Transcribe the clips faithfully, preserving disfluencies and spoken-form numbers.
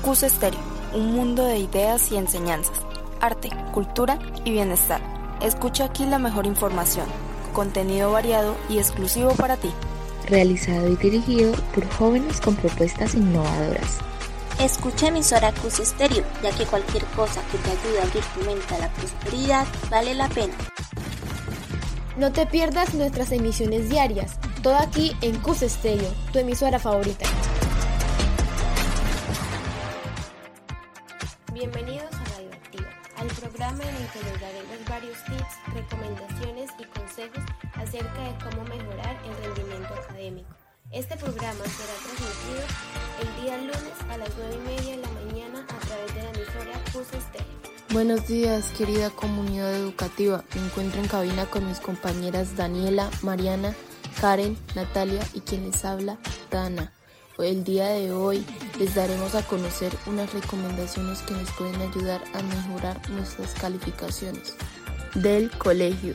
Cus Estéreo, un mundo de ideas y enseñanzas, arte, cultura y bienestar. Escucha aquí la mejor información, contenido variado y exclusivo para ti. Realizado y dirigido por jóvenes con propuestas innovadoras. Escucha emisora Cus Estéreo, ya que cualquier cosa que te ayude a abrir tu mente a la prosperidad vale la pena. No te pierdas nuestras emisiones diarias, todo aquí en Cus Estéreo, tu emisora favorita. Bienvenidos a Radio Activa, al programa en el que les daremos varios tips, recomendaciones y consejos acerca de cómo mejorar el rendimiento académico. Este programa será transmitido el día lunes a las nueve y media de la mañana a través de la emisora Cus Estéreo. Buenos días, querida comunidad educativa. Me encuentro en cabina con mis compañeras Daniela, Mariana, Karen, Natalia y quien les habla, Dana. El día de hoy les daremos a conocer unas recomendaciones que nos pueden ayudar a mejorar nuestras calificaciones del colegio.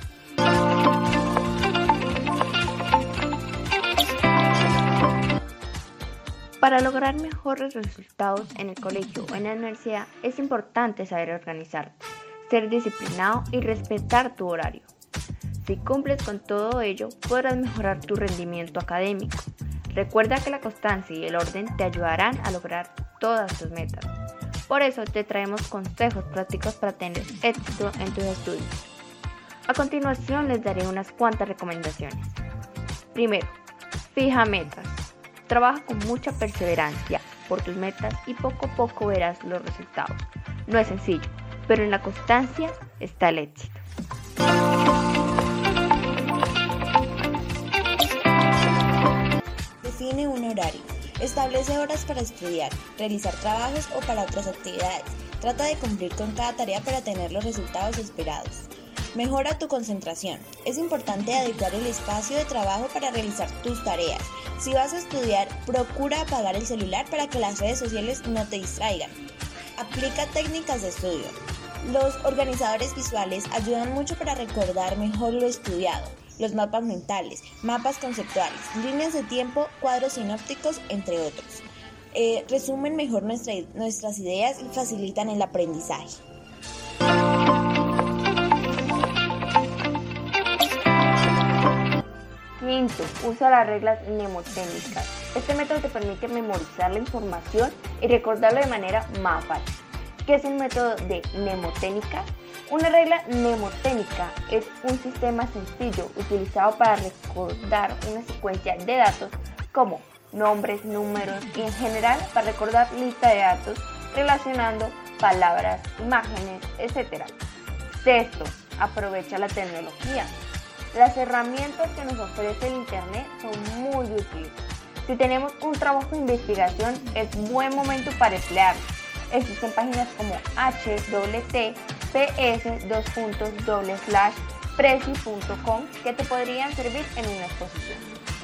Para lograr mejores resultados en el colegio o en la universidad es importante saber organizarte, ser disciplinado y respetar tu horario. Si cumples con todo ello, podrás mejorar tu rendimiento académico. Recuerda que la constancia y el orden te ayudarán a lograr todas tus metas. Por eso te traemos consejos prácticos para tener éxito en tus estudios. A continuación les daré unas cuantas recomendaciones. Primero, fija metas. Trabaja con mucha perseverancia por tus metas y poco a poco verás los resultados. No es sencillo, pero en la constancia está el éxito. Define un horario. Establece horas para estudiar, realizar trabajos o para otras actividades. Trata de cumplir con cada tarea para tener los resultados esperados. Mejora tu concentración. Es importante adecuar el espacio de trabajo para realizar tus tareas. Si vas a estudiar, procura apagar el celular para que las redes sociales no te distraigan. Aplica técnicas de estudio. Los organizadores visuales ayudan mucho para recordar mejor lo estudiado. Los mapas mentales, mapas conceptuales, líneas de tiempo, cuadros sinópticos, entre otros. Eh, resumen mejor nuestra, nuestras ideas y facilitan el aprendizaje. Quinto, usa las reglas mnemotécnicas. Este método te permite memorizar la información y recordarlo de manera más fácil. ¿Qué es el método de mnemotécnica? Una regla mnemotécnica es un sistema sencillo utilizado para recordar una secuencia de datos como nombres, números y en general para recordar lista de datos relacionando palabras, imágenes, etcétera. Sexto, aprovecha la tecnología. Las herramientas que nos ofrece el Internet son muy útiles. Si tenemos un trabajo de investigación, es buen momento para emplearlo. Existen páginas como h t t p s dos puntos doble slash prezi punto com que te podrían servir en una exposición.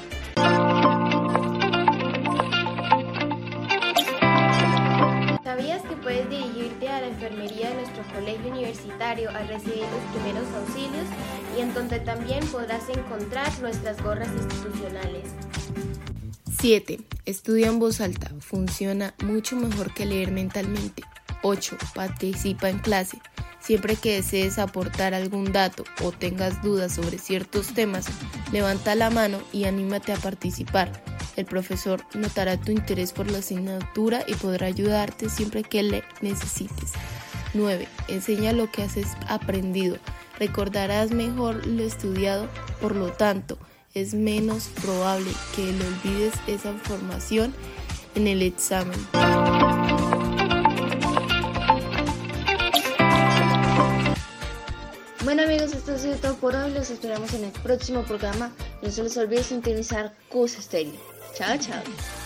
¿Sabías que puedes dirigirte a la enfermería de nuestro colegio universitario al recibir los primeros auxilios y en donde también podrás encontrar nuestras gorras institucionales? siete. Estudia en voz alta. Funciona mucho mejor que leer mentalmente. ocho. Participa en clase. Siempre que desees aportar algún dato o tengas dudas sobre ciertos temas, levanta la mano y anímate a participar. El profesor notará tu interés por la asignatura y podrá ayudarte siempre que le necesites. nueve. Enseña lo que has aprendido. Recordarás mejor lo estudiado, por lo tanto, es menos probable que le olvides esa información en el examen. Bueno amigos, esto ha sido todo por hoy. Los esperamos en el próximo programa. No se les olvide sintonizar Cus Estéreo. Chao, chao.